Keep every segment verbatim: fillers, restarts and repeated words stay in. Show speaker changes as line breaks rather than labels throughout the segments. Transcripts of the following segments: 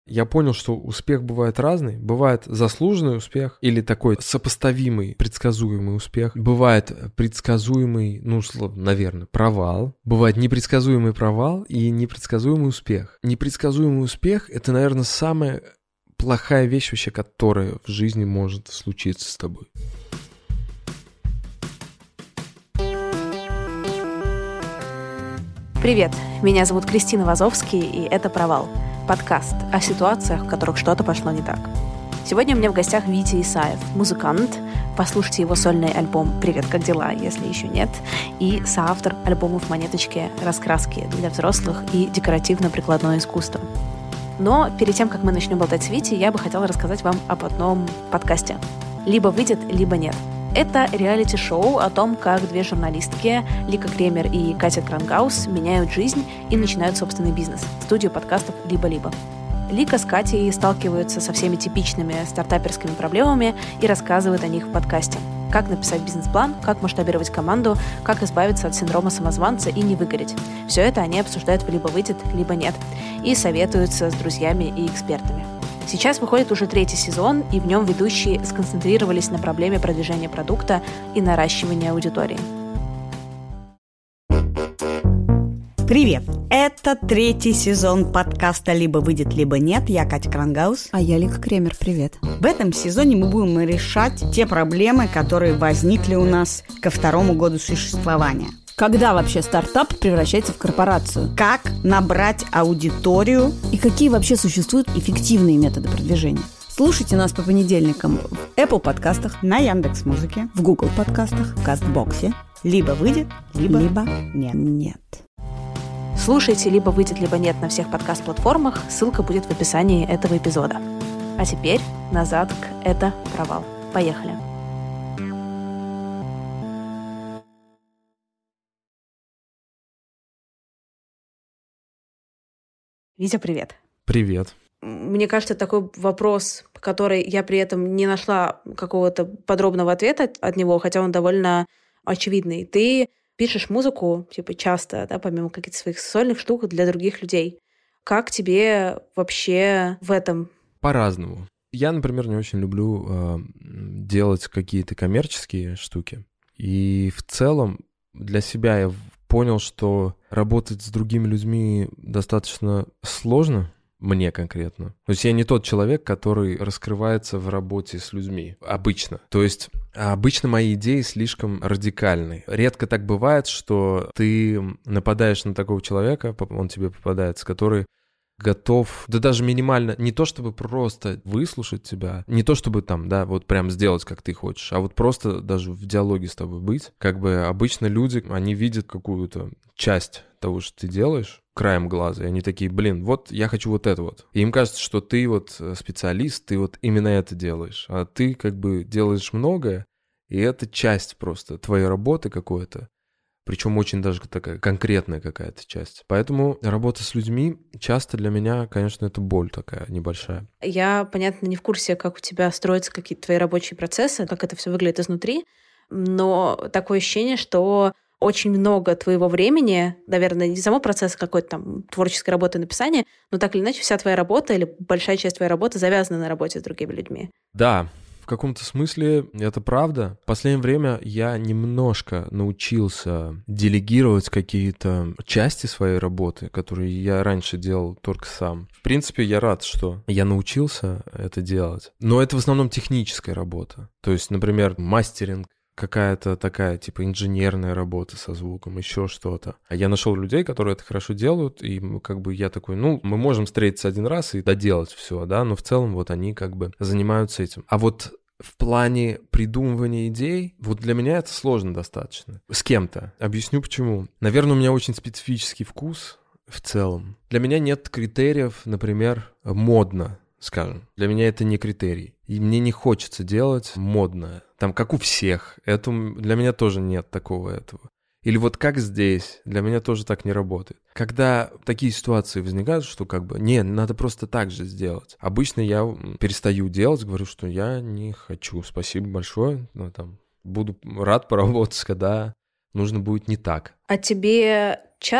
Я понял, что успех бывает разный. Бывает заслуженный успех или такой сопоставимый, предсказуемый успех. Бывает предсказуемый, ну, наверное, провал. Бывает непредсказуемый провал и непредсказуемый успех. Непредсказуемый успех — это, наверное, самая плохая вещь вообще, которая в жизни может случиться с тобой.
Привет, меня зовут Кристина Вазовский, и это «Провал» — подкаст о ситуациях, в которых что-то пошло не так. Сегодня у меня в гостях Витя Исаев, музыкант. Послушайте его сольный альбом «Привет, как дела?», если еще нет, и соавтор альбомов «Монеточки», «Раскраски» для взрослых и «Декоративно-прикладное искусство». Но перед тем, как мы начнем болтать с Витей, я бы хотела рассказать вам об одном подкасте. «Либо выйдет, либо нет». Это реалити-шоу о том, как две журналистки, Лика Кремер и Катя Крангаус, меняют жизнь и начинают собственный бизнес — студию подкастов «Либо-либо». Лика с Катей сталкиваются со всеми типичными стартаперскими проблемами и рассказывают о них в подкасте. Как написать бизнес-план, как масштабировать команду, как избавиться от синдрома самозванца и не выгореть. Все это они обсуждают в «Либо выйдет, либо нет» и советуются с друзьями и экспертами. Сейчас выходит уже третий сезон, и в нем ведущие сконцентрировались на проблеме продвижения продукта и наращивания аудитории.
Привет! Это третий сезон подкаста «Либо выйдет, либо нет». Я Катя Крангаус.
А я Лика Кремер. Привет.
В этом сезоне мы будем решать те проблемы, которые возникли у нас ко второму году существования.
Когда вообще стартап превращается в корпорацию?
Как набрать аудиторию?
И какие вообще существуют эффективные методы продвижения? Слушайте нас по понедельникам в Apple подкастах,
на Яндекс.Музыке,
в Google подкастах,
в Кастбоксе. Либо выйдет, либо,
либо
нет.
нет.
Слушайте «Либо выйдет, либо нет» на всех подкаст-платформах. Ссылка будет в описании этого эпизода. А теперь назад к «Это провал». Поехали. Витя, привет.
Привет.
Мне кажется, такой вопрос, который я при этом не нашла какого-то подробного ответа от него, хотя он довольно очевидный. Ты пишешь музыку, типа, часто, да, помимо каких-то своих сольных штук для других людей. Как тебе вообще в этом?
По-разному. Я, например, не очень люблю э, делать какие-то коммерческие штуки. И в целом для себя я понял, что работать с другими людьми достаточно сложно, мне конкретно. То есть я не тот человек, который раскрывается в работе с людьми. Обычно. То есть обычно мои идеи слишком радикальны. Редко так бывает, что ты нападаешь на такого человека, он тебе попадается, который готов, да даже минимально, не то чтобы просто выслушать тебя, не то чтобы там, да, вот прям сделать, как ты хочешь, а вот просто даже в диалоге с тобой быть. Как бы обычно люди, они видят какую-то часть того, что ты делаешь, краем глаза, и они такие, блин, вот я хочу вот это вот. И им кажется, что ты вот специалист, ты вот именно это делаешь, а ты как бы делаешь многое, и это часть просто твоей работы какой-то. Причем очень даже такая конкретная какая-то часть. Поэтому работа с людьми часто для меня, конечно, это боль такая небольшая.
Я, понятно, не в курсе, как у тебя строятся какие-то твои рабочие процессы, как это все выглядит изнутри, но такое ощущение, что очень много твоего времени, наверное, не само процесс какой-то там творческой работы, написания, но так или иначе вся твоя работа или большая часть твоей работы завязана на работе с другими людьми.
Да. В каком-то смысле это правда. В последнее время я немножко научился делегировать какие-то части своей работы, которые я раньше делал только сам. В принципе, я рад, что я научился это делать. Но это в основном техническая работа. То есть, например, мастеринг, какая-то такая, типа, инженерная работа со звуком, еще что-то. Я нашел людей, которые это хорошо делают, и как бы я такой, ну, мы можем встретиться один раз и доделать все, да, но в целом вот они как бы занимаются этим. А вот в плане придумывания идей, вот для меня это сложно достаточно. С кем-то. Объясню почему. Наверное, у меня очень специфический вкус в целом. Для меня нет критериев, например, модно, скажем. Для меня это не критерий. И мне не хочется делать модное. Там, как у всех. Это для меня тоже нет такого этого. Или вот как здесь, для меня тоже так не работает. Когда такие ситуации возникают, что как бы, не, надо просто так же сделать. Обычно я перестаю делать, говорю, что я не хочу, спасибо большое, ну, там, буду рад поработать, когда нужно будет не так.
А тебе часто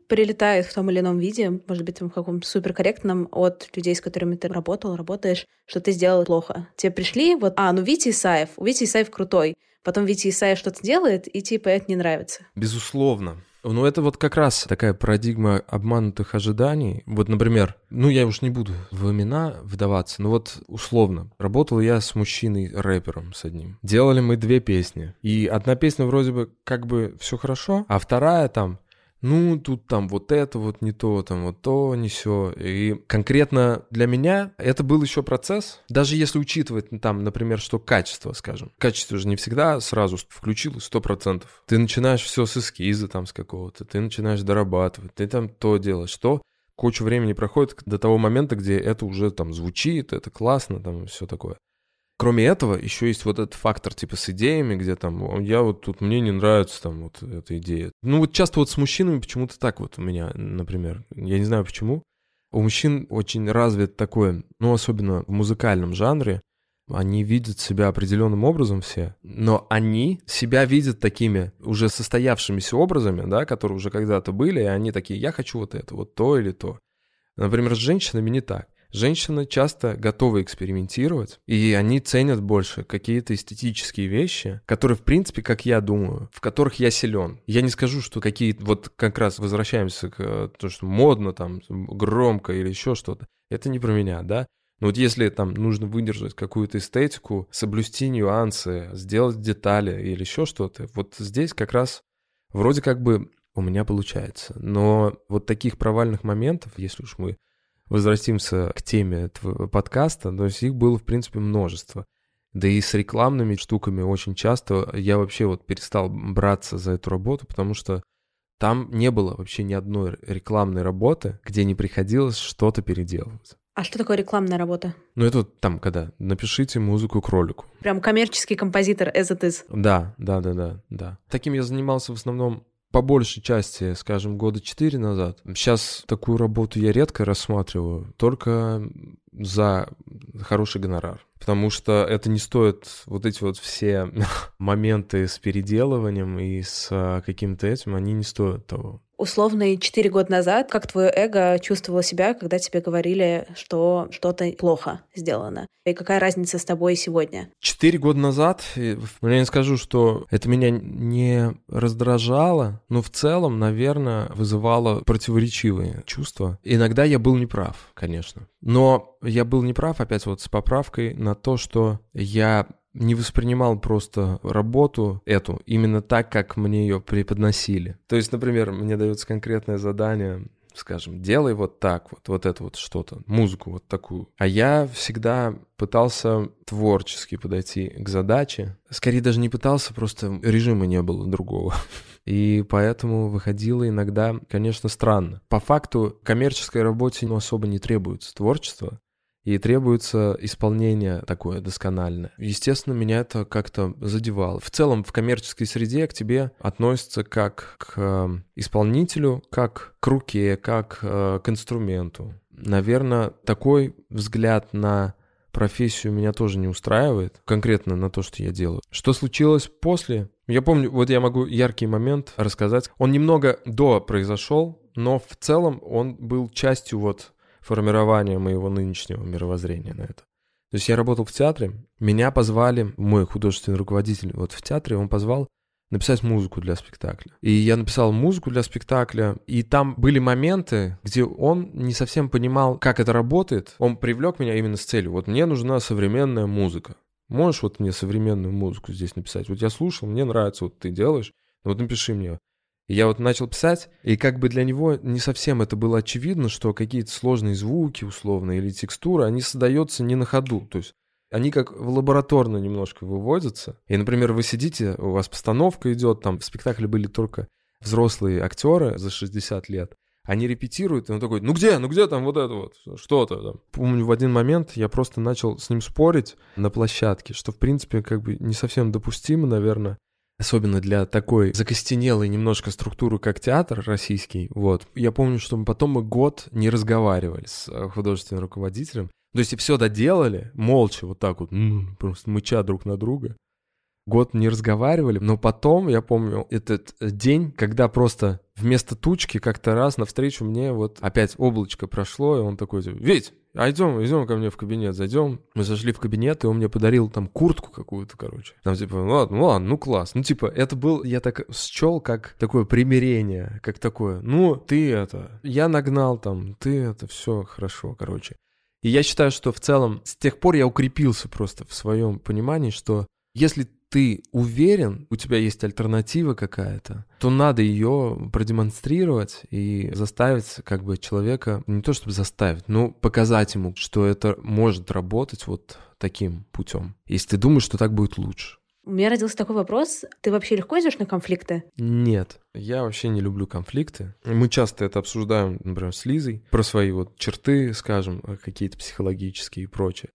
прилетает в том или ином виде, может быть, в каком-то суперкорректном, от людей, с которыми ты работал, работаешь, что ты сделал плохо. Тебе пришли, вот, а, ну Витя Исаев, у Вити Исаев крутой. Потом Витя Исаев что-то делает, и типа это не нравится.
Безусловно. Ну, это вот как раз такая парадигма обманутых ожиданий. Вот, например, ну, я уж не буду в имена вдаваться, но вот условно. Работал я с мужчиной-рэпером с одним. Делали мы две песни. И одна песня вроде бы как бы все хорошо, а вторая там, ну, тут там вот это вот не то, там вот то, не сё. И конкретно для меня это был еще процесс. Даже если учитывать там, например, что качество, скажем. Качество же не всегда сразу включилось сто процентов. Ты начинаешь все с эскиза там с какого-то, ты начинаешь дорабатывать, ты там то делаешь, то. Кучу времени проходит до того момента, где это уже там звучит, это классно, там все такое. Кроме этого, еще есть вот этот фактор типа с идеями, где там, я вот тут, мне не нравится там вот эта идея. Ну вот часто вот с мужчинами почему-то так вот у меня, например, я не знаю почему. У мужчин очень развит такое, ну особенно в музыкальном жанре, они видят себя определенным образом все, но они себя видят такими уже состоявшимися образами, да, которые уже когда-то были, и они такие, я хочу вот это, вот то или то. Например, с женщинами не так. Женщины часто готовы экспериментировать, и они ценят больше какие-то эстетические вещи, которые, в принципе, как я думаю, в которых я силен. Я не скажу, что какие-то, вот как раз возвращаемся к тому, что модно, там, громко или еще что-то. Это не про меня, да? Но вот если там нужно выдержать какую-то эстетику, соблюсти нюансы, сделать детали или еще что-то, вот здесь как раз вроде как бы у меня получается. Но вот таких провальных моментов, если уж мы возвратимся к теме этого подкаста, то есть их было, в принципе, множество. Да и с рекламными штуками очень часто я вообще вот перестал браться за эту работу, потому что там не было вообще ни одной рекламной работы, где не приходилось что-то переделывать.
А что такое рекламная работа?
Ну, это вот там, когда напишите музыку к ролику.
Прям коммерческий композитор as it is.
Да, да, да, да, да. Таким я занимался в основном по большей части, скажем, года четыре назад. Сейчас такую работу я редко рассматриваю, только за хороший гонорар. Потому что это не стоит вот эти вот все моменты с переделыванием и с каким-то этим, они не стоят того.
Условно, четыре года назад, как твое эго чувствовало себя, когда тебе говорили, что что-то плохо сделано? И какая разница с тобой сегодня?
Четыре года назад, я не скажу, что это меня не раздражало, но в целом, наверное, вызывало противоречивые чувства. Иногда я был неправ, конечно. Но я был неправ, опять вот с поправкой на то, что я не воспринимал просто работу эту именно так, как мне ее преподносили. То есть, например, мне дается конкретное задание, скажем, делай вот так, вот, вот это вот что-то, музыку вот такую. А я всегда пытался творчески подойти к задаче. Скорее даже не пытался, просто режима не было другого. И поэтому выходило иногда, конечно, странно. По факту коммерческой работе ну, особо не требуется творчество. И требуется исполнение такое доскональное. Естественно, меня это как-то задевало. В целом, в коммерческой среде к тебе относятся как к исполнителю, как к руке, как к инструменту. Наверное, такой взгляд на профессию меня тоже не устраивает, конкретно на то, что я делаю. Что случилось после? Я помню, вот я могу яркий момент рассказать. Он немного до произошел, но в целом он был частью вот формирования моего нынешнего мировоззрения на это. То есть я работал в театре, меня позвали, мой художественный руководитель вот в театре, он позвал написать музыку для спектакля. И я написал музыку для спектакля, и там были моменты, где он не совсем понимал, как это работает. Он привлек меня именно с целью, вот мне нужна современная музыка. Можешь вот мне современную музыку здесь написать? Вот я слушал, мне нравится, вот ты делаешь, вот напиши мне. И я вот начал писать, и как бы для него не совсем это было очевидно, что какие-то сложные звуки, условно, или текстуры, они создаются не на ходу. То есть они как в лабораторно немножко выводятся. И, например, вы сидите, у вас постановка идет, там в спектакле были только взрослые актеры за шестьдесят лет. Они репетируют, и он такой, ну где, ну где там вот это вот, что-то там. Помню, в один момент я просто начал с ним спорить на площадке, что, в принципе, как бы не совсем допустимо, наверное. Особенно для такой закостенелой немножко структуры, как театр российский. Вот. Я помню, что потом мы год не разговаривали с художественным руководителем. То есть и все доделали, молча, вот так вот, м-м, просто мыча друг на друга. год не разговаривали, но потом, я помню, этот день, когда просто вместо тучки как-то раз навстречу мне вот опять облачко прошло, и он такой: «Вить, а идем, идем ко мне в кабинет, зайдем». Мы зашли в кабинет, и он мне подарил там куртку какую-то, короче. Там типа, ну ладно, ну ладно, ну класс. Ну типа, это был, я так счел, как такое примирение, как такое, ну ты это, я нагнал там, ты это, все хорошо, короче. И я считаю, что в целом с тех пор я укрепился просто в своем понимании, что если ты уверен, у тебя есть альтернатива какая-то, то надо ее продемонстрировать и заставить как бы человека, не то чтобы заставить, но показать ему, что это может работать вот таким путем, если ты думаешь, что так будет лучше.
У меня родился такой вопрос. Ты вообще легко идешь на конфликты?
Нет, я вообще не люблю конфликты. Мы часто это обсуждаем, например, с Лизой, про свои вот черты, скажем, какие-то психологические и прочее.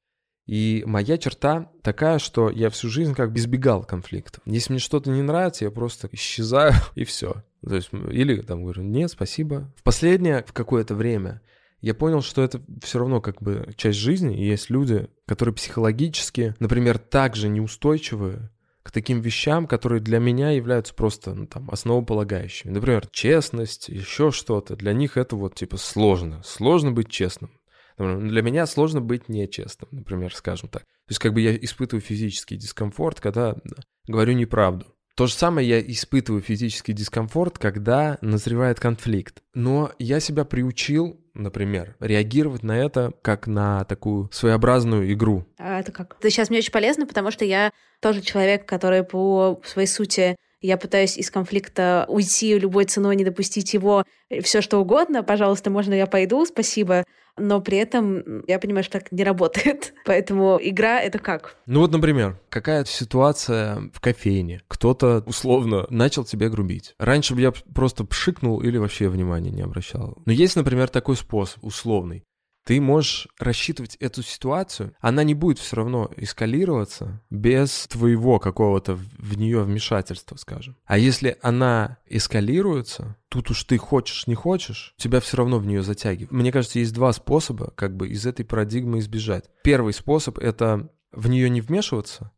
И моя черта такая, что я всю жизнь как бы избегал конфликтов. Если мне что-то не нравится, я просто исчезаю, и все. То есть, или там говорю: нет, спасибо. В последнее, в какое-то время, я понял, что это все равно как бы часть жизни, и есть люди, которые психологически, например, также неустойчивы к таким вещам, которые для меня являются просто, ну, там, основополагающими. Например, честность, еще что-то. Для них это вот типа сложно. Сложно быть честным. Для меня сложно быть нечестным, например, скажем так. То есть как бы я испытываю физический дискомфорт, когда говорю неправду. То же самое я испытываю физический дискомфорт, когда назревает конфликт. Но я себя приучил, например, реагировать на это как на такую своеобразную игру.
А это как? Это сейчас мне очень полезно, потому что я тоже человек, который по своей сути... Я пытаюсь из конфликта уйти любой ценой, не допустить его, все что угодно. Пожалуйста, можно я пойду, спасибо. Но при этом я понимаю, что так не работает. Поэтому игра — это как?
Ну вот, например, какая-то ситуация в кофейне. Кто-то условно начал тебе грубить. Раньше бы я просто пшикнул или вообще внимания не обращал. Но есть, например, такой способ условный. Ты можешь рассчитывать эту ситуацию, она не будет все равно эскалироваться без твоего какого-то в нее вмешательства, скажем. А если она эскалируется, тут уж ты хочешь, не хочешь, тебя все равно в нее затягивает. Мне кажется, есть два способа как бы из этой парадигмы избежать. Первый способ — это в нее не вмешиваться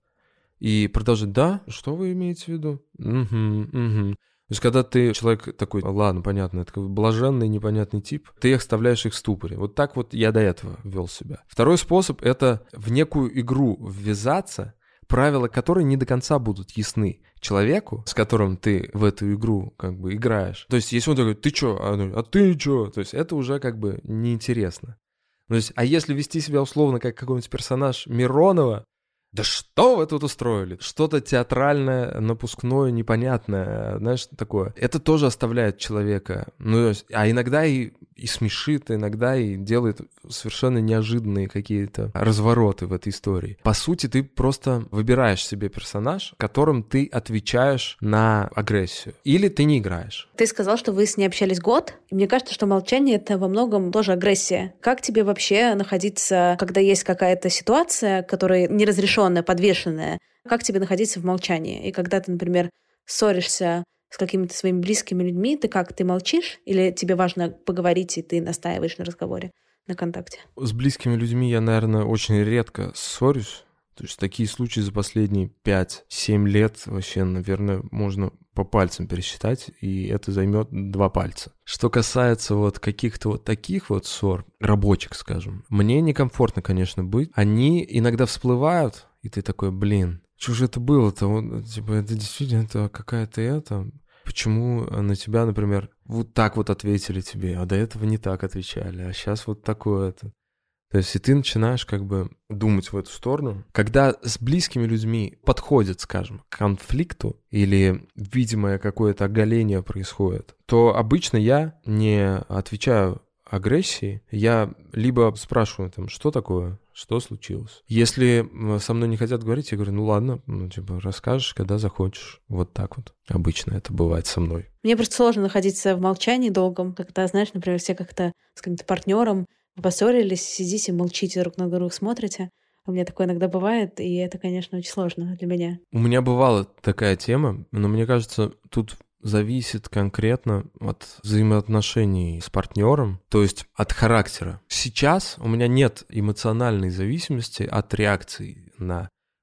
и продолжить: да, что вы имеете в виду? Угу, угу. То есть, когда ты человек такой: ладно, понятно, это блаженный, непонятный тип, ты их оставляешь их в ступоре. Вот так вот я до этого вел себя. Второй способ — это в некую игру ввязаться, правила которой не до конца будут ясны человеку, с которым ты в эту игру как бы играешь. То есть, если он такой: ты чё? А, а ты чё? То есть, это уже как бы неинтересно. То есть, а если вести себя условно как какой-нибудь персонаж Миронова, да что вы тут устроили? Что-то театральное, напускное, непонятное, знаешь, такое. Это тоже оставляет человека. Ну, а иногда и, и смешит, иногда и делает совершенно неожиданные какие-то развороты в этой истории. По сути, ты просто выбираешь себе персонаж, которым ты отвечаешь на агрессию. Или ты не играешь.
Ты сказал, что вы с ней общались год. И мне кажется, что молчание — это во многом тоже агрессия. Как тебе вообще находиться, когда есть какая-то ситуация, которая неразрешена, подвешенная, как тебе находиться в молчании? И когда ты, например, ссоришься с какими-то своими близкими людьми, ты как, ты молчишь? Или тебе важно поговорить, и ты настаиваешь на разговоре, на контакте?
С близкими людьми я, наверное, очень редко ссорюсь. То есть такие случаи за последние пять-семь лет вообще, наверное, можно по пальцам пересчитать, и это займет два пальца. Что касается вот каких-то вот таких вот ссор, рабочих, скажем, мне некомфортно, конечно, быть. Они иногда всплывают, и ты такой: блин, что же это было-то? Вот, типа, это действительно это какая-то это... Почему на тебя, например, вот так вот ответили тебе, а до этого не так отвечали, а сейчас вот такое-то. То есть и ты начинаешь как бы думать в эту сторону. Когда с близкими людьми подходит, скажем, к конфликту или видимое какое-то оголение происходит, то обычно я не отвечаю агрессией, я либо спрашиваю там: что такое, что случилось. Если со мной не хотят говорить, я говорю: ну ладно, ну типа расскажешь, когда захочешь. Вот так вот. Обычно это бывает со мной.
Мне просто сложно находиться в молчании долгом, когда, знаешь, например, все как-то с каким-то партнером поссорились, сидите, молчите, друг на друга смотрите. У меня такое иногда бывает, и это, конечно, очень сложно для меня.
У меня бывала такая тема, но мне кажется, тут зависит конкретно от взаимоотношений с партнером, то есть от характера. Сейчас у меня нет эмоциональной зависимости от реакции на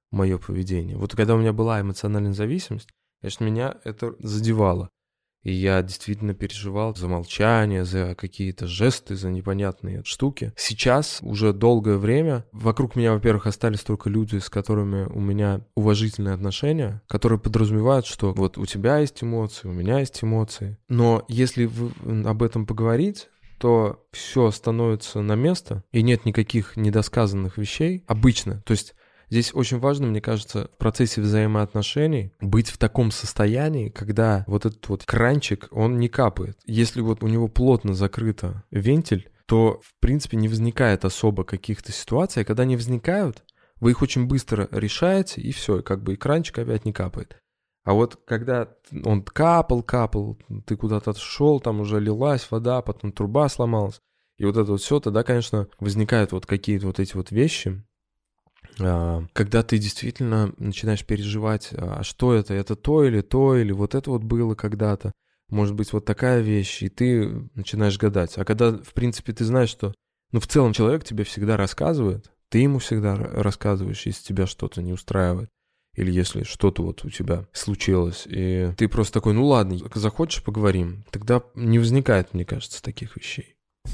мое поведение. Вот когда у меня была эмоциональная зависимость, конечно, меня это задевало. И я действительно переживал за молчание, за какие-то жесты, за непонятные штуки. Сейчас, уже долгое время, вокруг меня, во-первых, остались только люди, с которыми у меня уважительные отношения, которые подразумевают, что вот у тебя есть эмоции, у меня есть эмоции. Но если вы об этом поговорить, то все становится на место, и нет никаких недосказанных вещей обычно. То есть здесь очень важно, мне кажется, в процессе взаимоотношений быть в таком состоянии, когда вот этот вот кранчик, он не капает. Если вот у него плотно закрыто вентиль, то, в принципе, не возникает особо каких-то ситуаций. А когда они возникают, вы их очень быстро решаете, и все, и как бы и кранчик опять не капает. А вот когда он капал, капал, ты куда-то шел, там уже лилась вода, потом труба сломалась, и вот это вот все, тогда, конечно, возникают вот какие-то вот эти вот вещи, когда ты действительно начинаешь переживать, а что это, это то или то, или вот это вот было когда-то, может быть, вот такая вещь, и ты начинаешь гадать. А когда, в принципе, ты знаешь, что, ну, в целом человек тебе всегда рассказывает, ты ему всегда рассказываешь, если тебя что-то не устраивает, или если что-то вот у тебя случилось, и ты просто такой, ну ладно, захочешь, поговорим, тогда не возникает, мне кажется, таких вещей.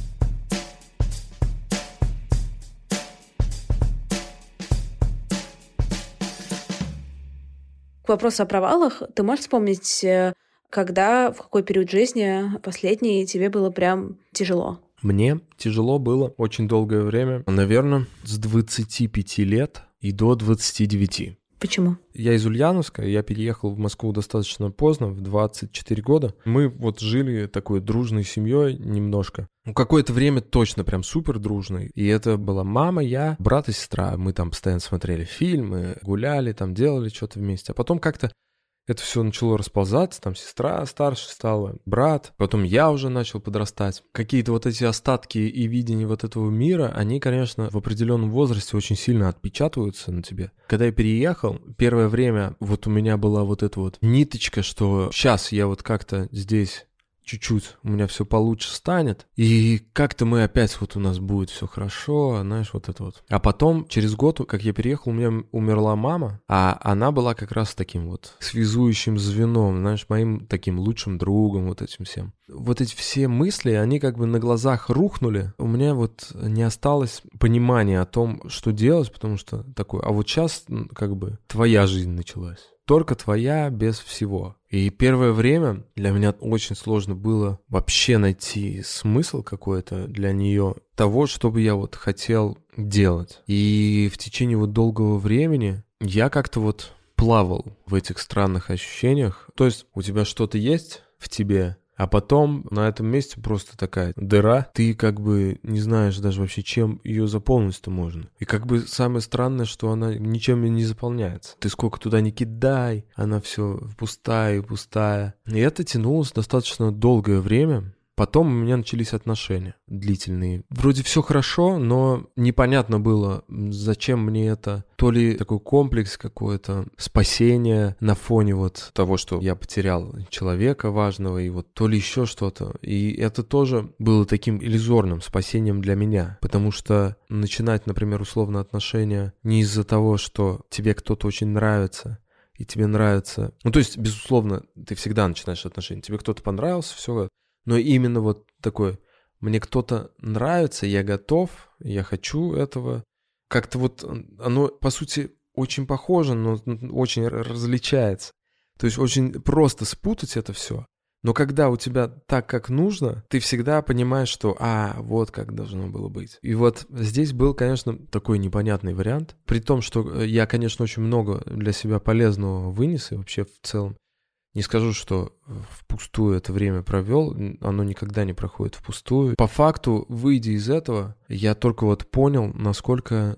К вопросу о провалах, ты можешь вспомнить, когда, в какой период жизни последний тебе было прям тяжело?
Мне тяжело было очень долгое время, наверное, с двадцати пяти лет и до двадцати девяти.
Почему?
Я из Ульяновска, я переехал в Москву достаточно поздно, в двадцать четыре года. Мы вот жили такой дружной семьей немножко. Ну, какое-то время точно прям супер дружной. И это была мама, я, брат и сестра. Мы там постоянно смотрели фильмы, гуляли, там делали что-то вместе. А потом как-то это все начало расползаться, там сестра старше стала, брат, потом я уже начал подрастать. Какие-то вот эти остатки и видения вот этого мира, они, конечно, в определенном возрасте очень сильно отпечатываются на тебе. Когда я переехал, первое время вот у меня была вот эта вот ниточка, что сейчас я вот как-то здесь чуть-чуть у меня все получше станет, и как-то мы опять вот у нас будет все хорошо, знаешь, вот это вот. А потом, через год, как я переехал, у меня умерла мама, а она была как раз таким вот связующим звеном, знаешь, моим таким лучшим другом, вот этим всем. Вот эти все мысли, они как бы на глазах рухнули. У меня вот не осталось понимания о том, что делать, потому что такое, а вот сейчас как бы твоя жизнь началась. Только твоя, без всего. И первое время для меня очень сложно было вообще найти смысл какой-то для нее того, что бы я вот хотел делать. И в течение вот долгого времени я как-то вот плавал в этих странных ощущениях. То есть у тебя что-то есть в тебе, а потом на этом месте просто такая дыра, ты как бы не знаешь даже вообще, чем ее заполнить-то можно. И как бы самое странное, что она ничем не заполняется. Ты сколько туда ни кидай, она все пустая и пустая. И это тянулось достаточно долгое время. Потом у меня начались отношения длительные. Вроде все хорошо, но непонятно было, зачем мне это. То ли такой комплекс какой-то, спасение на фоне вот того, что я потерял человека важного, и вот то ли еще что-то. И это тоже было таким иллюзорным спасением для меня. Потому что начинать, например, условно отношения не из-за того, что тебе кто-то очень нравится, и тебе нравится... Ну, то есть, безусловно, ты всегда начинаешь отношения. Тебе кто-то понравился, все. Но именно вот такой, мне кто-то нравится, я готов, я хочу этого. Как-то вот оно, по сути, очень похоже, но очень различается. То есть очень просто спутать это все. Но когда у тебя так, как нужно, ты всегда понимаешь, что а, вот как должно было быть. И вот здесь был, конечно, такой непонятный вариант. При том, что я, конечно, очень много для себя полезного вынес и вообще в целом. Не скажу, что впустую это время провел, оно никогда не проходит впустую. По факту, выйдя из этого, я только вот понял, насколько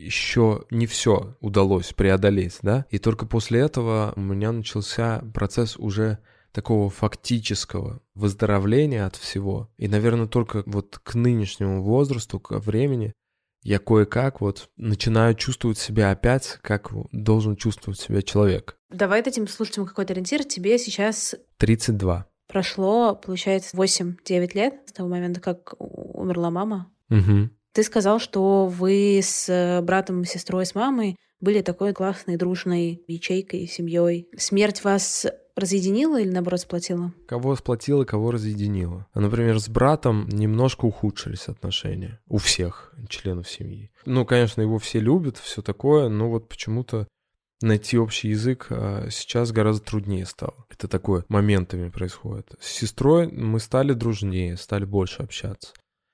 еще не все удалось преодолеть, да. И только после этого у меня начался процесс уже такого фактического выздоровления от всего. И, наверное, только вот к нынешнему возрасту, к времени, я кое-как вот начинаю чувствовать себя опять, как должен чувствовать себя человек.
Давай дадим слушателям какой-то ориентир. Тебе сейчас...
тридцать два.
Прошло, получается, восемь-девять лет с того момента, как умерла мама.
Угу.
Ты сказал, что вы с братом, сестрой, с мамой были такой классной, дружной ячейкой, семьей. Смерть вас разъединила или, наоборот, сплотила?
Кого сплотила, кого разъединила. Например, с братом немножко ухудшились отношения у всех членов семьи. Ну, конечно, его все любят, все такое, но вот почему-то найти общий язык сейчас гораздо труднее стало. Это такое моментами происходит. С сестрой мы стали дружнее, стали больше общаться.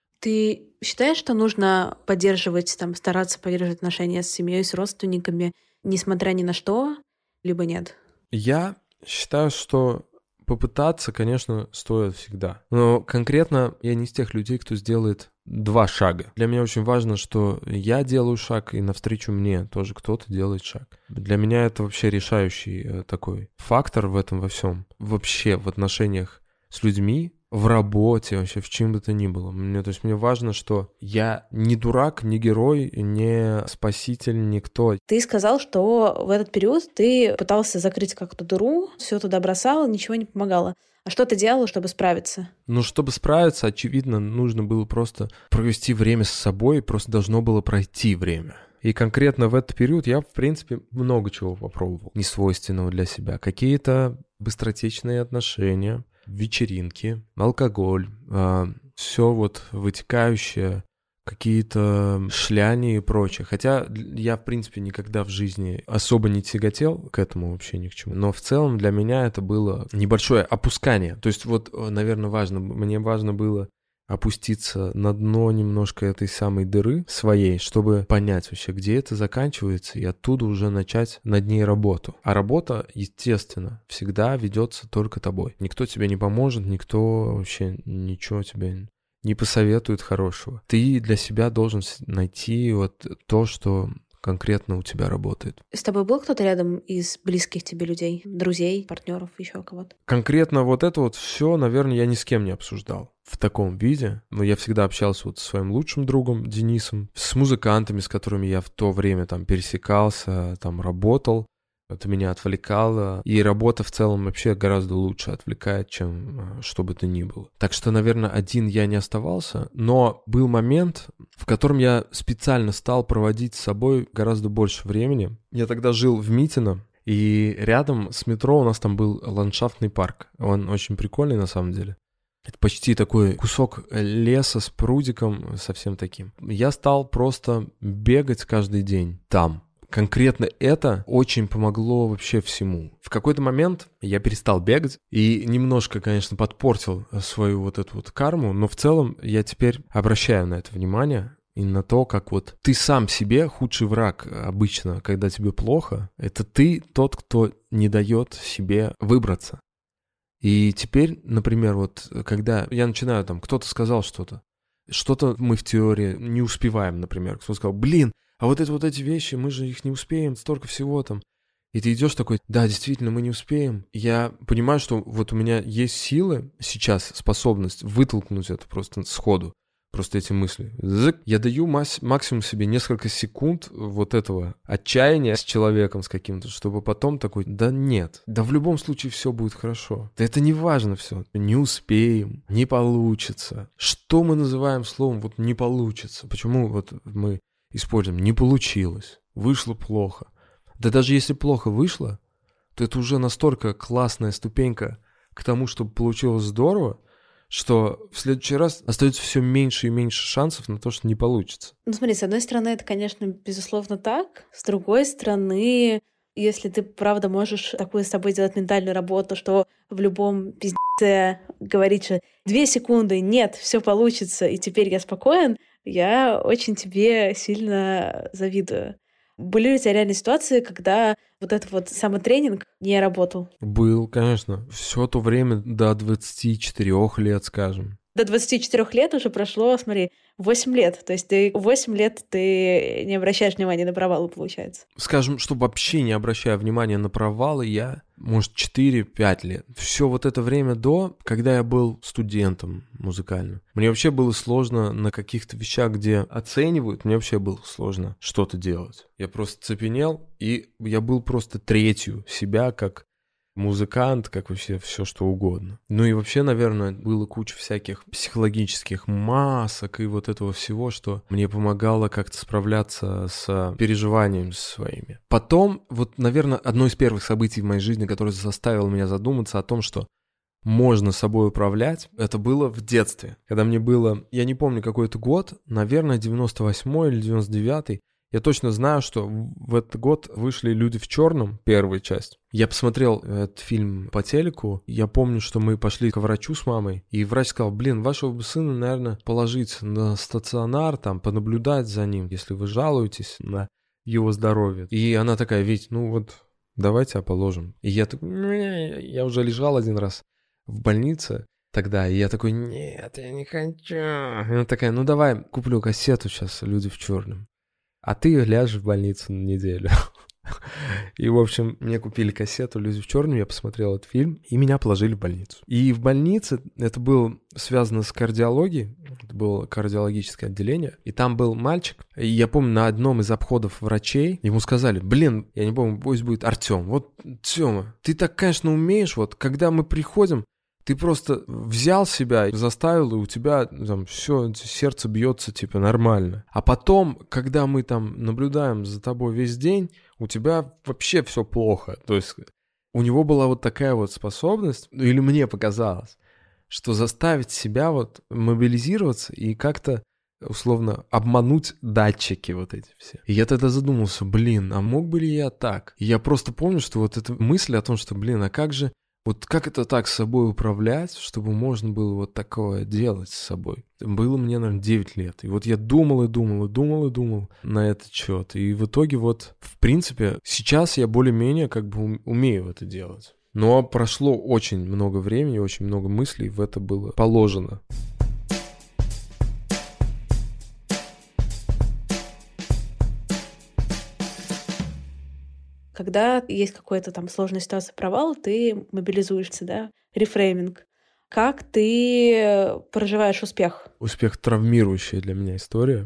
Ты считаешь, что нужно поддерживать, там, стараться поддерживать отношения с семьей, с родственниками, несмотря ни на что, либо нет?
Я считаю, что попытаться, конечно, стоит всегда. Но конкретно я не из тех людей, кто сделает два шага. Для меня очень важно, что я делаю шаг, и навстречу мне тоже кто-то делает шаг. Для меня это вообще решающий такой фактор в этом во всем. Вообще в отношениях с людьми, в работе, вообще в чем бы то ни было. Мне, то есть мне важно, что я не дурак, не герой, не спаситель, никто.
Ты сказал, что в этот период ты пытался закрыть как-то дыру, все туда бросал, ничего не помогало. А что ты делал, чтобы справиться?
Ну, чтобы справиться, очевидно, нужно было просто провести время с собой, просто должно было пройти время. И конкретно в этот период я, в принципе, много чего попробовал, несвойственного для себя. Какие-то быстротечные отношения, вечеринки, алкоголь, э, все вот вытекающее, какие-то шляни и прочее. Хотя я, в принципе, никогда в жизни особо не тяготел к этому вообще ни к чему. Но в целом для меня это было небольшое опускание. То есть вот, наверное, важно, мне важно было опуститься на дно немножко этой самой дыры своей, чтобы понять вообще, где это заканчивается, и оттуда уже начать над ней работу. А работа, естественно, всегда ведется только тобой. Никто тебе не поможет, никто вообще ничего тебе не посоветует хорошего. Ты для себя должен найти вот то, что конкретно у тебя работает.
С тобой был кто-то рядом из близких тебе людей, друзей, партнеров, еще кого-то?
Конкретно вот это вот все, наверное, я ни с кем не обсуждал в таком виде. Но я всегда общался вот со своим лучшим другом Денисом, с музыкантами, с которыми я в то время там пересекался, там работал. Это меня отвлекало. И работа в целом вообще гораздо лучше отвлекает, чем что бы то ни было. Так что, наверное, один я не оставался. Но был момент, в котором я специально стал проводить с собой гораздо больше времени. Я тогда жил в Митино, и рядом с метро у нас там был ландшафтный парк. Он очень прикольный на самом деле. Это почти такой кусок леса с прудиком, совсем таким. Я стал просто бегать каждый день там. Конкретно это очень помогло вообще всему. В какой-то момент я перестал бегать и немножко, конечно, подпортил свою вот эту вот карму, но в целом я теперь обращаю на это внимание и на то, как вот ты сам себе худший враг обычно, когда тебе плохо, это ты тот, кто не дает себе выбраться. И теперь, например, вот когда я начинаю там, кто-то сказал что-то, что-то мы в теории не успеваем, например, кто-то сказал, блин, а вот это вот эти вещи, мы же их не успеем, столько всего там. И ты идешь такой, да, действительно, мы не успеем. Я понимаю, что вот у меня есть силы сейчас, способность вытолкнуть это просто сходу, просто эти мысли. Я даю мас- максимум себе несколько секунд вот этого отчаяния с человеком, с каким-то, чтобы потом такой, да нет, да в любом случае все будет хорошо. Да это не важно все. Не успеем, не получится. Что мы называем словом вот не получится? Почему вот мы используем «не получилось», «вышло плохо». Да даже если плохо вышло, то это уже настолько классная ступенька к тому, чтобы получилось здорово, что в следующий раз остается все меньше и меньше шансов на то, что не получится.
Ну смотри, с одной стороны, это, конечно, безусловно так. С другой стороны, если ты, правда, можешь такую с собой делать ментальную работу, что в любом пиздце говорить, что две секунды, нет, все получится, и теперь я спокоен, я очень тебе сильно завидую. Были ли у тебя реальные ситуации, когда вот этот вот самотренинг не работал?
Был, конечно. Все то время до двадцати четырёх лет, скажем.
До двадцати четырёх лет уже прошло, смотри, восемь лет. То есть ты восемь лет ты не обращаешь внимания на провалы, получается.
Скажем, что вообще не обращая внимания на провалы, я, может, четыре-пять лет. Все вот это время до, когда я был студентом музыкальным. Мне вообще было сложно на каких-то вещах, где оценивают, мне вообще было сложно что-то делать. Я просто цепенел, и я был просто третью себя, как музыкант, как вообще все что угодно. Ну и вообще, наверное, было куча всяких психологических масок и вот этого всего, что мне помогало как-то справляться с переживаниями своими. Потом, вот, наверное, одно из первых событий в моей жизни, которое заставило меня задуматься о том, что можно собой управлять, это было в детстве. Когда мне было, я не помню какой это год, наверное, девяносто восьмой или девяносто девятый, я точно знаю, что в этот год вышли «Люди в черном», первая часть. Я посмотрел этот фильм по телеку. Я помню, что мы пошли к врачу с мамой, и врач сказал: блин, вашего сына, наверное, положить на стационар, там, понаблюдать за ним, если вы жалуетесь на его здоровье. И она такая: Вить, ну вот, давай тебя положим. И я такой, я уже лежал один раз в больнице тогда, и я такой: нет, я не хочу. И она такая: ну давай, куплю кассету сейчас «Люди в черном», а ты ляжешь в больницу на неделю. И, в общем, мне купили кассету «Люди в черном», я посмотрел этот фильм, и меня положили в больницу. И в больнице это было связано с кардиологией, это было кардиологическое отделение, и там был мальчик, и я помню, на одном из обходов врачей ему сказали: блин, я не помню, пусть будет Артем, вот, Тёма, ты так, конечно, умеешь, вот, когда мы приходим, ты просто взял себя, заставил, и у тебя там все, сердце бьется типа нормально. А потом, когда мы там наблюдаем за тобой весь день, у тебя вообще все плохо. То есть у него была вот такая вот способность, или мне показалось, что заставить себя вот мобилизироваться и как-то условно обмануть датчики вот эти все. И я тогда задумался: блин, а мог бы ли я так? И я просто помню, что вот эта мысль о том, что, блин, а как же Вот как это так с собой управлять, чтобы можно было вот такое делать с собой? Было мне, наверное, девять лет. И вот я думал и думал, и думал, и думал на этот счет. И в итоге вот, в принципе, сейчас я более-менее как бы умею это делать. Но прошло очень много времени, очень много мыслей в это было положено.
Когда есть какая-то там сложная ситуация, провал, ты мобилизуешься, да, рефрейминг. Как ты проживаешь успех?
Успех — травмирующая для меня история.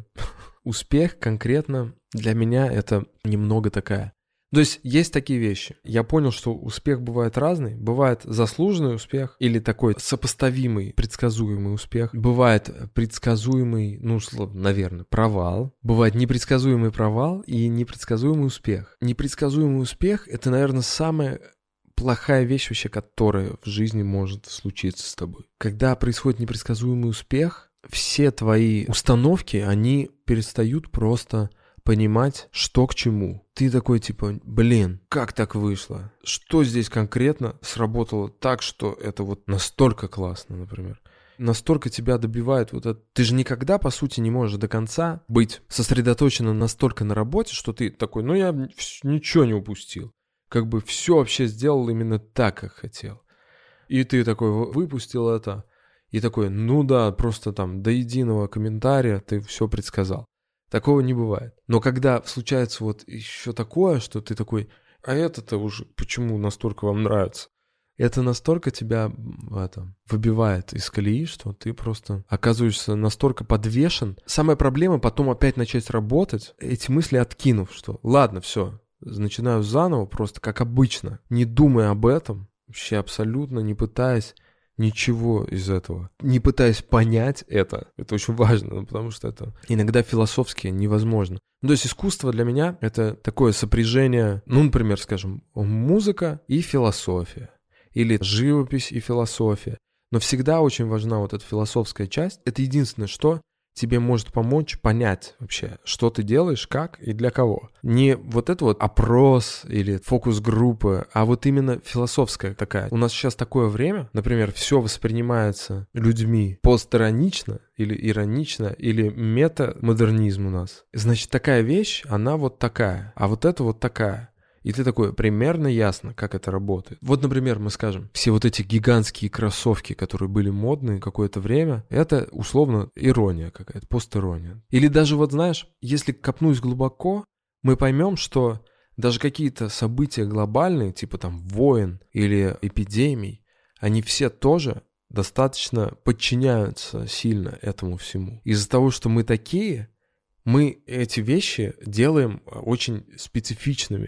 Успех конкретно для меня — это немного такая. То есть есть такие вещи. Я понял, что успех бывает разный. Бывает заслуженный успех или такой сопоставимый, предсказуемый успех. Бывает предсказуемый, ну, наверное, провал. Бывает непредсказуемый провал и непредсказуемый успех. Непредсказуемый успех — это, наверное, самая плохая вещь вообще, которая в жизни может случиться с тобой. Когда происходит непредсказуемый успех, все твои установки, они перестают просто понимать, что к чему. Ты такой типа, блин, как так вышло? Что здесь конкретно сработало так, что это вот настолько классно, например? Настолько тебя добивает вот это. Ты же никогда, по сути, не можешь до конца быть сосредоточен настолько на работе, что ты такой, ну я ничего не упустил. Как бы все вообще сделал именно так, как хотел. И ты такой выпустил это, и такой, ну да, просто там до единого комментария ты все предсказал. Такого не бывает. Но когда случается вот еще такое, что ты такой, а это-то уже почему настолько вам нравится? Это настолько тебя это, выбивает из колеи, что ты просто оказываешься настолько подвешен. Самая проблема потом опять начать работать, эти мысли откинув, что ладно, все, начинаю заново, просто как обычно, не думая об этом, вообще абсолютно не пытаясь ничего из этого. Не пытаясь понять это. Это очень важно, потому что это иногда философски невозможно. Ну, то есть искусство для меня — это такое сопряжение, ну, например, скажем, музыка и философия. Или живопись и философия. Но всегда очень важна вот эта философская часть. Это единственное, что тебе может помочь понять вообще, что ты делаешь, как и для кого. Не вот это вот опрос или фокус-группы, а вот именно философская такая. У нас сейчас такое время, например, все воспринимается людьми постиронично или иронично, или метамодернизм у нас. Значит, такая вещь, она вот такая, а вот это вот такая. И ты такой, примерно ясно, как это работает. Вот, например, мы скажем, все вот эти гигантские кроссовки, которые были модны какое-то время, это условно ирония какая-то, постирония. Или даже вот знаешь, если копнуть глубоко, мы поймем, что даже какие-то события глобальные, типа там войн или эпидемий, они все тоже достаточно подчиняются сильно этому всему. Из-за того, что мы такие, мы эти вещи делаем очень специфичными.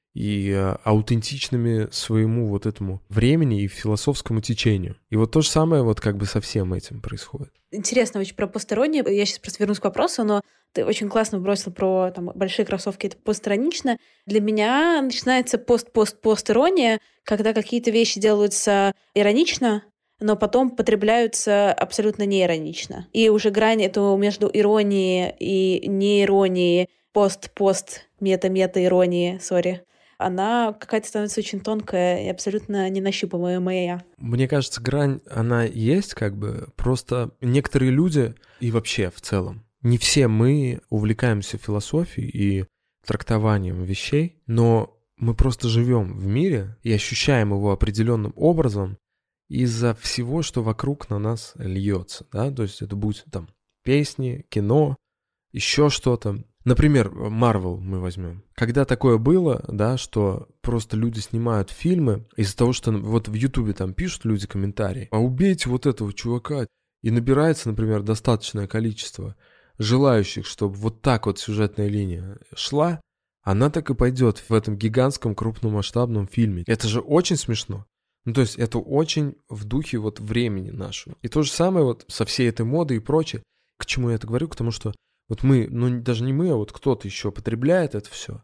и аутентичными своему вот этому времени и философскому течению. И вот то же самое вот как бы со всем этим происходит.
Интересно очень про постиронию. Я сейчас просто вернусь к вопросу, но ты очень классно бросил про там, большие кроссовки, это постиронично. Для меня начинается пост-пост-пост-ирония, когда какие-то вещи делаются иронично, но потом потребляются абсолютно неиронично. И уже грань эту между иронией и неиронией, пост-пост, мета-мета-иронии, сори, она какая-то становится очень тонкая и абсолютно ненащупываемая.
Мне кажется, грань, она есть как бы, просто некоторые люди, и вообще в целом, не все мы увлекаемся философией и трактованием вещей, но мы просто живем в мире и ощущаем его определенным образом из-за всего, что вокруг на нас льется, да, то есть это будь там песни, кино, еще что-то. Например, Marvel мы возьмем. Когда такое было, да, что просто люди снимают фильмы из-за того, что вот в Ютубе там пишут люди комментарии, а убейте вот этого чувака, и набирается, например, достаточное количество желающих, чтобы вот так вот сюжетная линия шла, она так и пойдет в этом гигантском крупномасштабном фильме. Это же очень смешно. Ну, то есть это очень в духе вот времени нашего. И то же самое вот со всей этой модой и прочее. К чему я это говорю? К тому, что вот мы, ну даже не мы, а вот кто-то еще потребляет это все.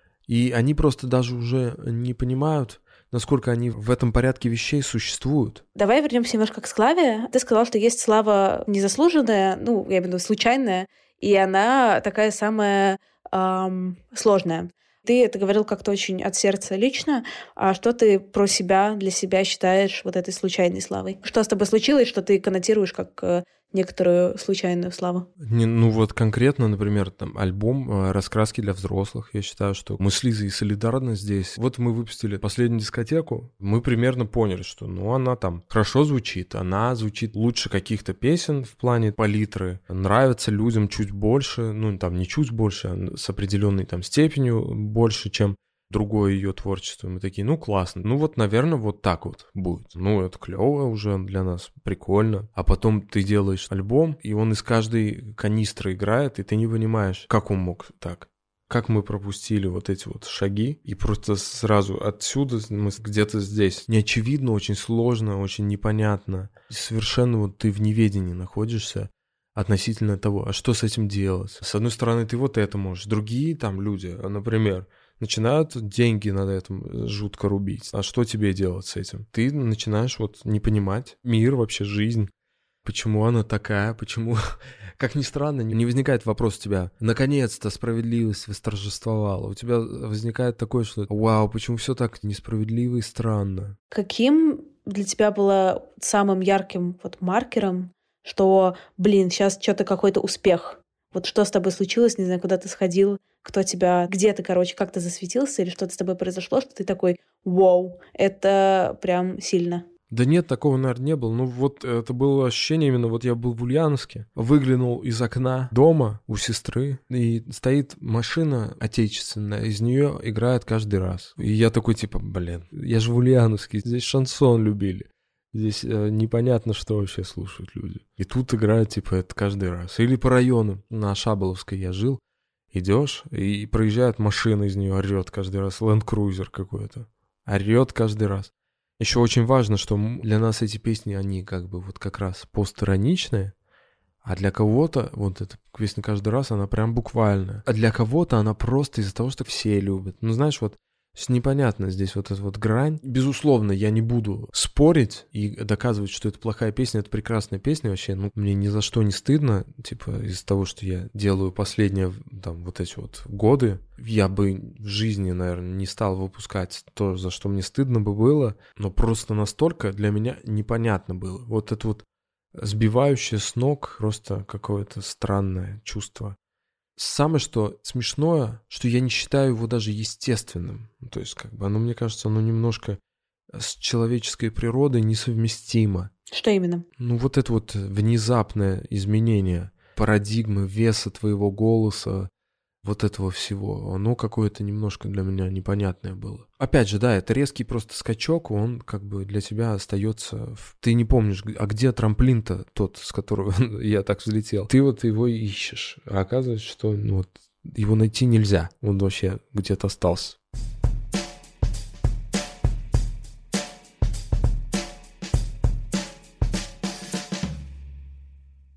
И они просто даже уже не понимают, насколько они в этом порядке вещей существуют.
Давай вернемся немножко к славе. Ты сказал, что есть слава незаслуженная, ну, я имею в виду случайная, и она такая самая эм, сложная. Ты это говорил как-то очень от сердца лично. А что ты про себя, для себя считаешь вот этой случайной славой? Что с тобой случилось, что ты коннотируешь как э, некоторую случайную славу?
Не, ну вот конкретно, например, там альбом «Раскраски для взрослых». Я считаю, что мы с Лизой солидарны здесь. Вот мы выпустили последнюю дискотеку. Мы примерно поняли, что ну она там хорошо звучит. Она звучит лучше каких-то песен в плане палитры. Нравится людям чуть больше. Ну там не чуть больше, а с определенной там степенью больше, чем другое ее творчество. Мы такие, ну классно. Ну вот, наверное, вот так вот будет. Ну это клево уже для нас, прикольно. А потом ты делаешь альбом, и он из каждой канистры играет, и ты не понимаешь, как он мог так. Как мы пропустили вот эти вот шаги, и просто сразу отсюда мы где-то здесь. Неочевидно, очень сложно, очень непонятно. И совершенно вот ты в неведении находишься относительно того, а что с этим делать. С одной стороны, ты вот это можешь. Другие там люди, например, начинают деньги над этим жутко рубить. А что тебе делать с этим? Ты начинаешь вот не понимать мир, вообще жизнь. Почему она такая? Почему... Как ни странно, не возникает вопрос у тебя. Наконец-то справедливость восторжествовала. У тебя возникает такое, что вау, почему все так несправедливо и странно?
Каким для тебя было самым ярким вот маркером, что, блин, сейчас что-то какой-то успех? Вот что с тобой случилось, не знаю, куда ты сходил, кто тебя, где ты, короче, как ты засветился, или что-то с тобой произошло, что ты такой, вау, это прям сильно.
Да нет, такого, наверное, не было. Ну вот это было ощущение именно, вот я был в Ульяновске, выглянул из окна дома у сестры, и стоит машина отечественная, из нее играет каждый раз. И я такой типа, блин, я же в Ульяновске, здесь шансон любили. Здесь э, непонятно, что вообще слушают люди. И тут играют, типа, это каждый раз. Или по району. На Шаболовской я жил. Идешь, и проезжает машина из нее, орет каждый раз. Ленд-крузер какой-то. Орет каждый раз. Еще очень важно, что для нас эти песни, они как бы вот как раз постироничные. А для кого-то, вот эта песня каждый раз, она прям буквальная. А для кого-то она просто из-за того, что все любят. Ну, знаешь, вот непонятно здесь вот эта вот грань. Безусловно, я не буду спорить и доказывать, что это плохая песня, это прекрасная песня вообще. Ну, мне ни за что не стыдно, типа, из-за того, что я делаю последние, там, вот эти вот годы. Я бы в жизни, наверное, не стал выпускать то, за что мне стыдно бы было, но просто настолько для меня непонятно было. Вот это вот сбивающее с ног просто какое-то странное чувство. Самое, что смешное, что я не считаю его даже естественным. То есть, как бы, оно, мне кажется, оно немножко с человеческой природой несовместимо.
Что именно?
Ну, вот это вот внезапное изменение парадигмы, веса твоего голоса, вот этого всего, оно какое-то немножко для меня непонятное было. Опять же, да, это резкий просто скачок, он как бы для тебя остается... В... Ты не помнишь, а где трамплин-то тот, с которого я так взлетел? Ты вот его ищешь, а оказывается, что ну, вот, его найти нельзя, он вообще где-то остался.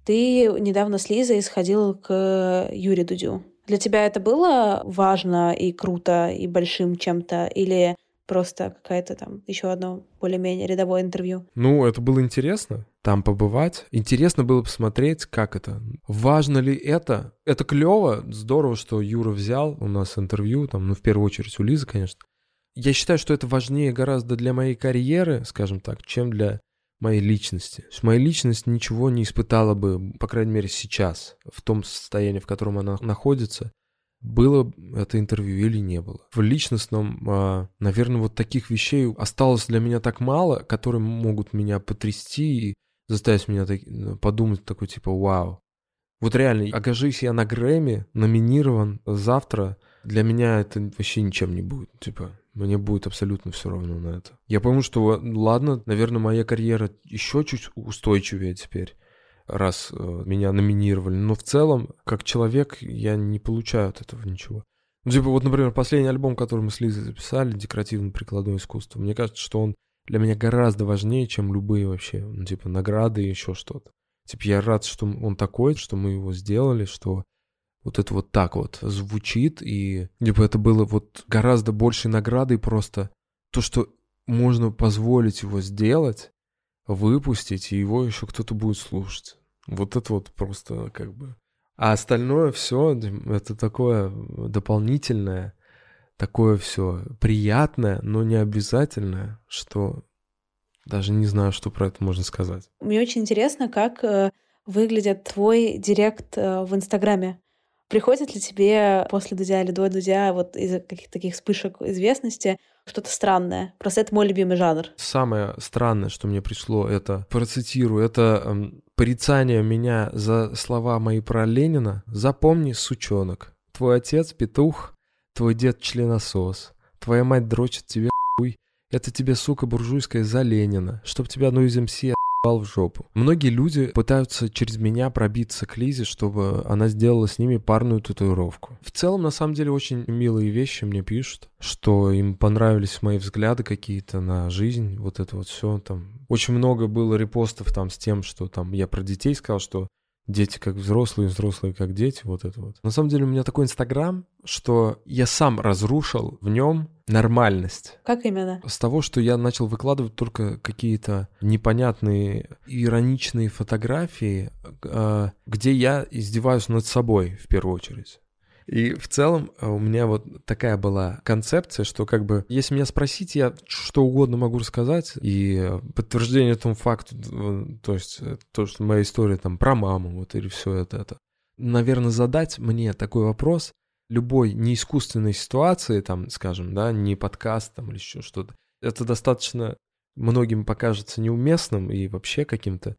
Ты недавно с Лизой сходил к Юре Дудю. Для тебя это было важно и круто, и большим чем-то? Или просто какая-то там еще одно более-менее рядовое интервью?
Ну, это было интересно, там побывать. Интересно было посмотреть, как это. Важно ли это? Это клево, здорово, что Юра взял у нас интервью, там, ну, в первую очередь у Лизы, конечно. Я считаю, что это важнее гораздо для моей карьеры, скажем так, чем для моей личности. Моя личность ничего не испытала бы, по крайней мере, сейчас, в том состоянии, в котором она находится. Было это интервью или не было. В личностном, наверное, вот таких вещей осталось для меня так мало, которые могут меня потрясти и заставить меня так, подумать такой типа «Вау». Вот реально, окажись я на Грэмми, номинирован завтра, для меня это вообще ничем не будет. Типа, мне будет абсолютно все равно на это. Я пойму, что ладно, наверное, моя карьера еще чуть устойчивее теперь, раз э, меня номинировали. Но в целом, как человек, я не получаю от этого ничего. Ну, типа, вот, например, последний альбом, который мы с Лизой записали, «Декоративно-прикладное искусство», мне кажется, что он для меня гораздо важнее, чем любые вообще, ну, типа, награды и еще что-то. Типа, я рад, что он такой, что мы его сделали, что вот это вот так вот звучит, и, типа, это было вот гораздо большей наградой просто то, что можно позволить его сделать, выпустить, и его еще кто-то будет слушать. Вот это вот просто как бы... А остальное все это такое дополнительное, такое все приятное, но не обязательное, что даже не знаю, что про это можно сказать.
Мне очень интересно, как э, выглядит твой директ э, в Инстаграме. Приходит ли тебе после Дудя или до Дудя вот из-за каких-то таких вспышек известности что-то странное? Просто это мой любимый жанр.
Самое странное, что мне пришло, это, процитирую, это эм, порицание меня за слова мои про Ленина. «Запомни, сучонок, твой отец петух, твой дед членосос, твоя мать дрочит тебе хуй, это тебе, сука, буржуйская за Ленина, чтоб тебя одну из эм си в жопу». Многие люди пытаются через меня пробиться к Лизе, чтобы она сделала с ними парную татуировку. В целом, на самом деле, очень милые вещи мне пишут, что им понравились мои взгляды какие-то на жизнь, вот это вот все там. Очень много было репостов там с тем, что там я про детей сказал, что дети как взрослые, взрослые как дети, вот это вот. На самом деле у меня такой Инстаграм, что я сам разрушил в нем нормальность.
Как именно?
С того, что я начал выкладывать только какие-то непонятные, ироничные фотографии, где я издеваюсь над собой в первую очередь. И в целом у меня вот такая была концепция, что как бы, если меня спросить, я что угодно могу рассказать, и подтверждение этому факту, то есть то, что моя история там про маму, вот или все это, это. Наверное, задать мне такой вопрос любой неискусственной ситуации, там, скажем, да, не подкаст там или еще что-то, это достаточно многим покажется неуместным и вообще каким-то.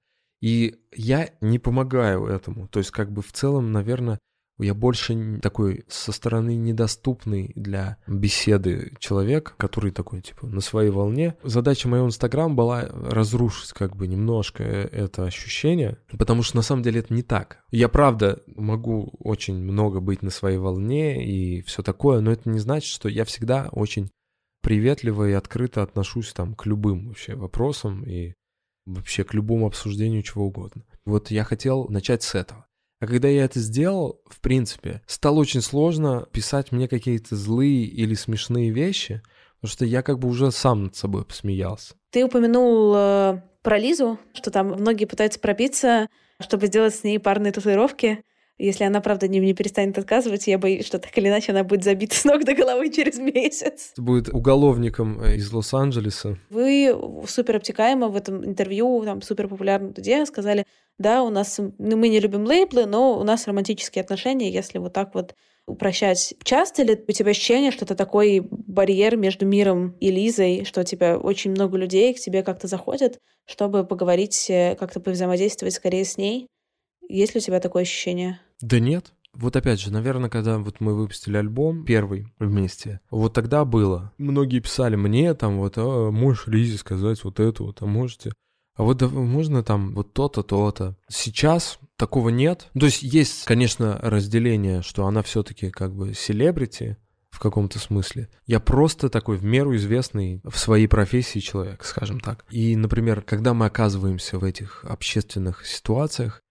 И я не помогаю этому. То есть как бы в целом, наверное, я больше такой со стороны недоступный для беседы человек, который такой, типа, на своей волне. Задача моего Инстаграма была разрушить как бы немножко это ощущение, потому что на самом деле это не так. Я, правда, могу очень много быть на своей волне и все такое, но это не значит, что я всегда очень приветливо и открыто отношусь там к любым вообще вопросам и вообще к любому обсуждению чего угодно. Вот я хотел начать с этого. А когда я это сделал, в принципе, стало очень сложно писать мне какие-то злые или смешные вещи, потому что я как бы уже сам над собой посмеялся.
Ты упомянул э, про Лизу, что там многие пытаются пробиться, чтобы сделать с ней парные татуировки. Если она, правда, не, не перестанет отказывать, я боюсь, что так или иначе она будет забита с ног до головы через месяц.
Будет уголовником из Лос-Анджелеса.
Вы супер обтекаемо в этом интервью, там, супер популярном Дуде, сказали, да, у нас, ну, мы не любим лейблы, но у нас романтические отношения, если вот так вот упрощать. Часто ли у тебя ощущение, что это такой барьер между миром и Лизой, что у тебя очень много людей к тебе как-то заходят, чтобы поговорить, как-то повзаимодействовать скорее с ней? Есть ли у тебя такое ощущение?
Да нет. Вот опять же, наверное, когда вот мы выпустили альбом первый вместе, вот тогда было. Многие писали мне там вот, а, можешь Лизе сказать вот это вот, а можете... А вот да, можно там вот то-то, то-то. Сейчас такого нет. То есть есть, конечно, разделение, что она все-таки как бы селебрити в каком-то смысле. Я просто такой в меру известный в своей профессии человек, скажем так. И, например, когда мы оказываемся в этих общественных ситуациях,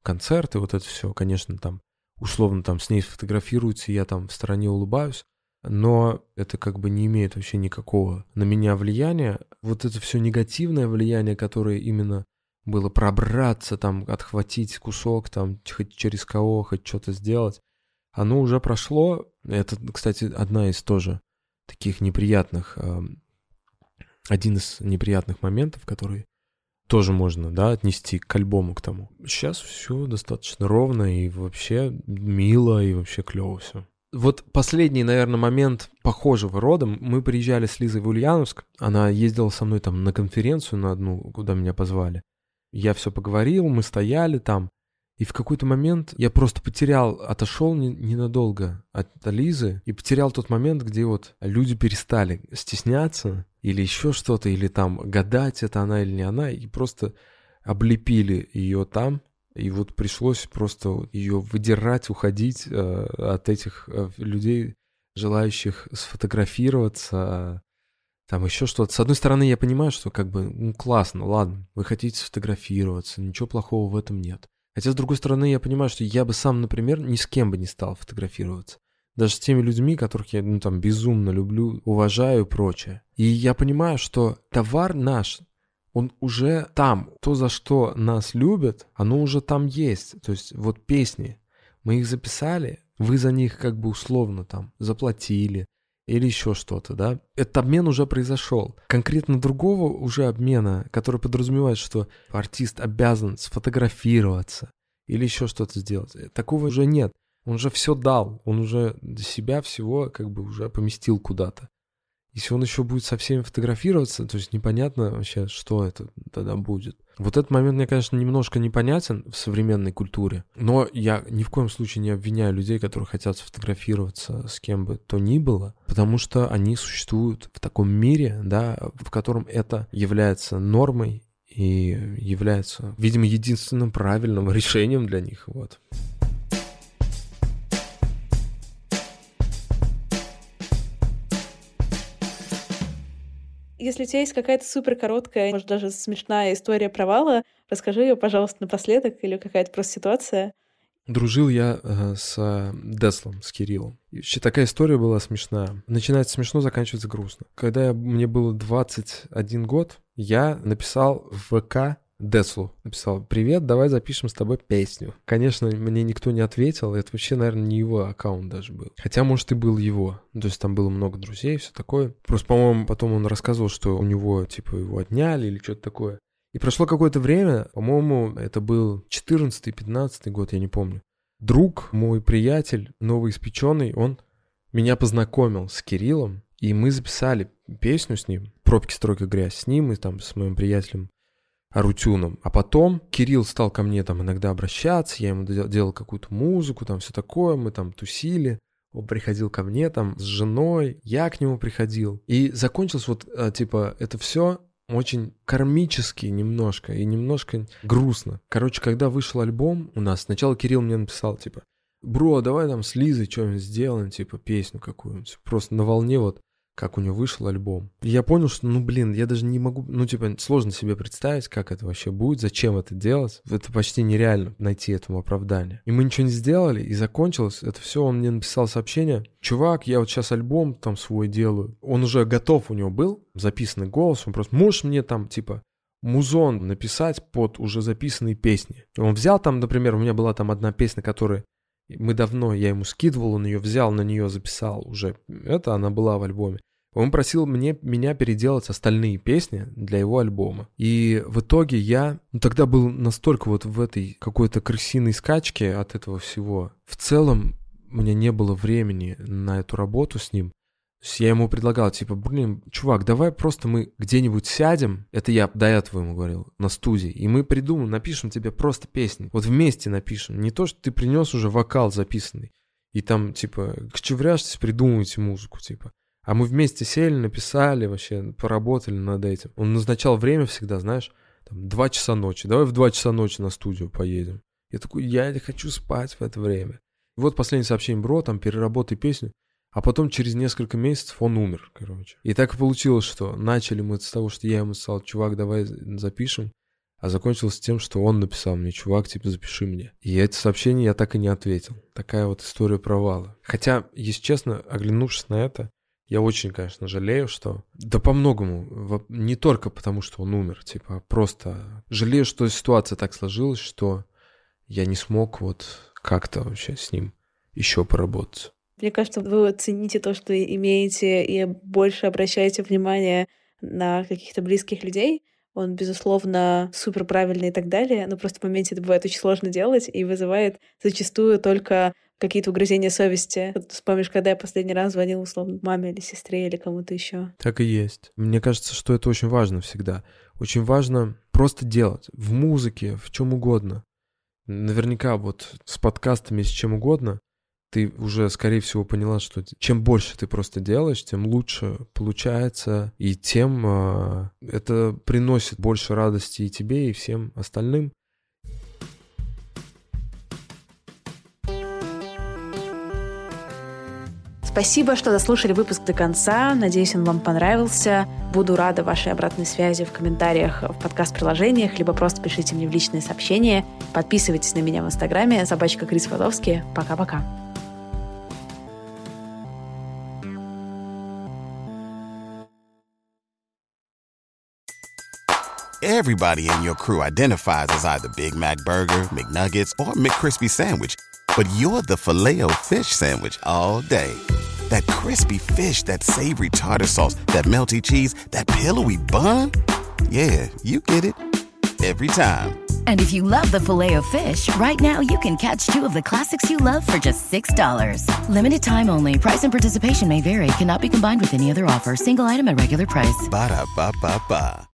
концерты, вот это все, конечно, там условно там с ней сфотографируются, я там в стороне улыбаюсь, но это как бы не имеет вообще никакого на меня влияния. Вот это все негативное влияние, которое именно было пробраться, там, отхватить кусок, там, хоть через кого, хоть что-то сделать, оно уже прошло. Это, кстати, одна из тоже таких неприятных, э, один из неприятных моментов, который тоже можно, да, отнести к альбому, к тому. Сейчас все достаточно ровно и вообще мило, и вообще клево все. Вот последний, наверное, момент похожего рода. Мы приезжали с Лизой в Ульяновск. Она ездила со мной там на конференцию на одну, куда меня позвали. Я все поговорил, мы стояли там. И в какой-то момент я просто потерял, отошел ненадолго от Лизы и потерял тот момент, где вот люди перестали стесняться или еще что-то, или там гадать, это она или не она, и просто облепили ее там. И вот пришлось просто ее выдирать, уходить э, от этих э, людей, желающих сфотографироваться, там еще что-то. С одной стороны, я понимаю, что как бы, ну, классно, ладно, вы хотите сфотографироваться, ничего плохого в этом нет. Хотя, с другой стороны, я понимаю, что я бы сам, например, ни с кем бы не стал фотографироваться. Даже с теми людьми, которых я, ну, там, безумно люблю, уважаю и прочее. И я понимаю, что товар наш, он уже там. То, за что нас любят, оно уже там есть. То есть вот песни, мы их записали, вы за них как бы условно там заплатили или еще что-то, да. Этот обмен уже произошел. Конкретно другого уже обмена, который подразумевает, что артист обязан сфотографироваться или еще что-то сделать, такого уже нет. Он уже все дал, он уже себя всего как бы уже поместил куда-то. Если он еще будет со всеми фотографироваться, то есть непонятно вообще, что это тогда будет. Вот этот момент мне, конечно, немножко непонятен в современной культуре, но я ни в коем случае не обвиняю людей, которые хотят сфотографироваться с кем бы то ни было, потому что они существуют в таком мире, да, в котором это является нормой и является, видимо, единственным правильным решением для них, вот.
Если у тебя есть какая-то супер короткая, может, даже смешная история провала, расскажи ее, пожалуйста, напоследок, или какая-то просто ситуация.
Дружил я э, с Деслом, с Кириллом. И вообще такая история была смешная. Начинается смешно, заканчивается грустно. Когда я, мне было двадцать один год, я написал в ВК Деслу. Написал: «Привет, давай запишем с тобой песню». Конечно, мне никто не ответил. Это вообще, наверное, не его аккаунт даже был. Хотя, может, и был его. То есть там было много друзей и все такое. Просто, по-моему, потом он рассказывал, что у него, типа, его отняли или что-то такое. И прошло какое-то время, по-моему, это был четырнадцатый-пятнадцатый год, я не помню. Друг, мой приятель, новоиспеченный, он меня познакомил с Кириллом, и мы записали песню с ним, «Пробки, стройка, грязь» с ним и там с моим приятелем Арутюном. А потом Кирилл стал ко мне там иногда обращаться, я ему делал какую-то музыку, там все такое, мы там тусили. Он приходил ко мне там с женой, я к нему приходил. И закончилось вот, типа, это все очень кармически немножко и немножко грустно. Короче, когда вышел альбом у нас, сначала Кирилл мне написал, типа: «Бро, давай там с Лизой что-нибудь сделаем, типа, песню какую-нибудь». Просто на волне вот, как у него вышел альбом. И я понял, что, ну, блин, я даже не могу, ну, типа, сложно себе представить, как это вообще будет, зачем это делать. Это почти нереально найти этому оправдание. И мы ничего не сделали, и закончилось это все. Он мне написал сообщение: «Чувак, я вот сейчас альбом там свой делаю». Он уже готов у него был, записанный голос. Он просто: «Можешь мне там, типа, музон написать под уже записанные песни?» И он взял там, например, у меня была там одна песня, которая мы давно, я ему скидывал, он ее взял, на нее записал уже. Это она была в альбоме. Он просил мне, меня переделать остальные песни для его альбома. И в итоге я ну, тогда был настолько вот в этой какой-то крысиной скачке от этого всего. В целом у меня не было времени на эту работу с ним. То есть я ему предлагал, типа, блин, чувак, давай просто мы где-нибудь сядем, это я до этого ему говорил, на студии, и мы придумаем, напишем тебе просто песни. Вот вместе напишем. Не то, что ты принес уже вокал записанный, и там, типа, кочевряжьтесь, придумывайте музыку, типа. А мы вместе сели, написали, вообще поработали над этим. Он назначал время всегда, знаешь, там, два часа ночи. Давай в два часа ночи на студию поедем. Я такой: я не хочу спать в это время. И вот последнее сообщение: бро, там, переработай песню. А потом через несколько месяцев он умер, короче. И так и получилось, что начали мы с того, что я ему сказал: чувак, давай запишем. А закончилось тем, что он написал мне: чувак, типа, запиши мне. И это сообщение я так и не ответил. Такая вот история провала. Хотя, если честно, оглянувшись на это, я очень, конечно, жалею, что... Да по многому. Не только потому, что он умер, типа, а просто жалею, что ситуация так сложилась, что я не смог вот как-то вообще с ним еще поработать.
Мне кажется, вы цените то, что имеете, и больше обращаете внимание на каких-то близких людей. Он, безусловно, супер правильный и так далее, но просто в моменте это бывает очень сложно делать и вызывает зачастую только какие-то угрызения совести. Вот вспомнишь, когда я последний раз звонил, условно, маме или сестре или кому-то еще.
Так и есть. Мне кажется, что это очень важно всегда. Очень важно просто делать. В музыке, в чем угодно. Наверняка вот с подкастами, с чем угодно, ты уже, скорее всего, поняла, что чем больше ты просто делаешь, тем лучше получается, и тем э, это приносит больше радости и тебе, и всем остальным.
Спасибо, что дослушали выпуск до конца. Надеюсь, он вам понравился. Буду рада вашей обратной связи в комментариях в подкаст-приложениях, либо просто пишите мне в личные сообщения. Подписывайтесь на меня в Инстаграме. Собачка Крис Вазовский. Пока-пока.
Everybody in your crew identifies as either Big Mac Burger, McNuggets, or McCrispy Sandwich. But you're the Filet-O-Fish Sandwich all day. That crispy fish, that savory tartar sauce, that melty cheese, that pillowy bun. Yeah, you get it. Every time.
And if you love the Filet-O-Fish, right now you can catch two of the classics you love for just six dollars. Limited time only. Price and participation may vary. Cannot be combined with any other offer. Single item at regular price.
Ba-da-ba-ba-ba.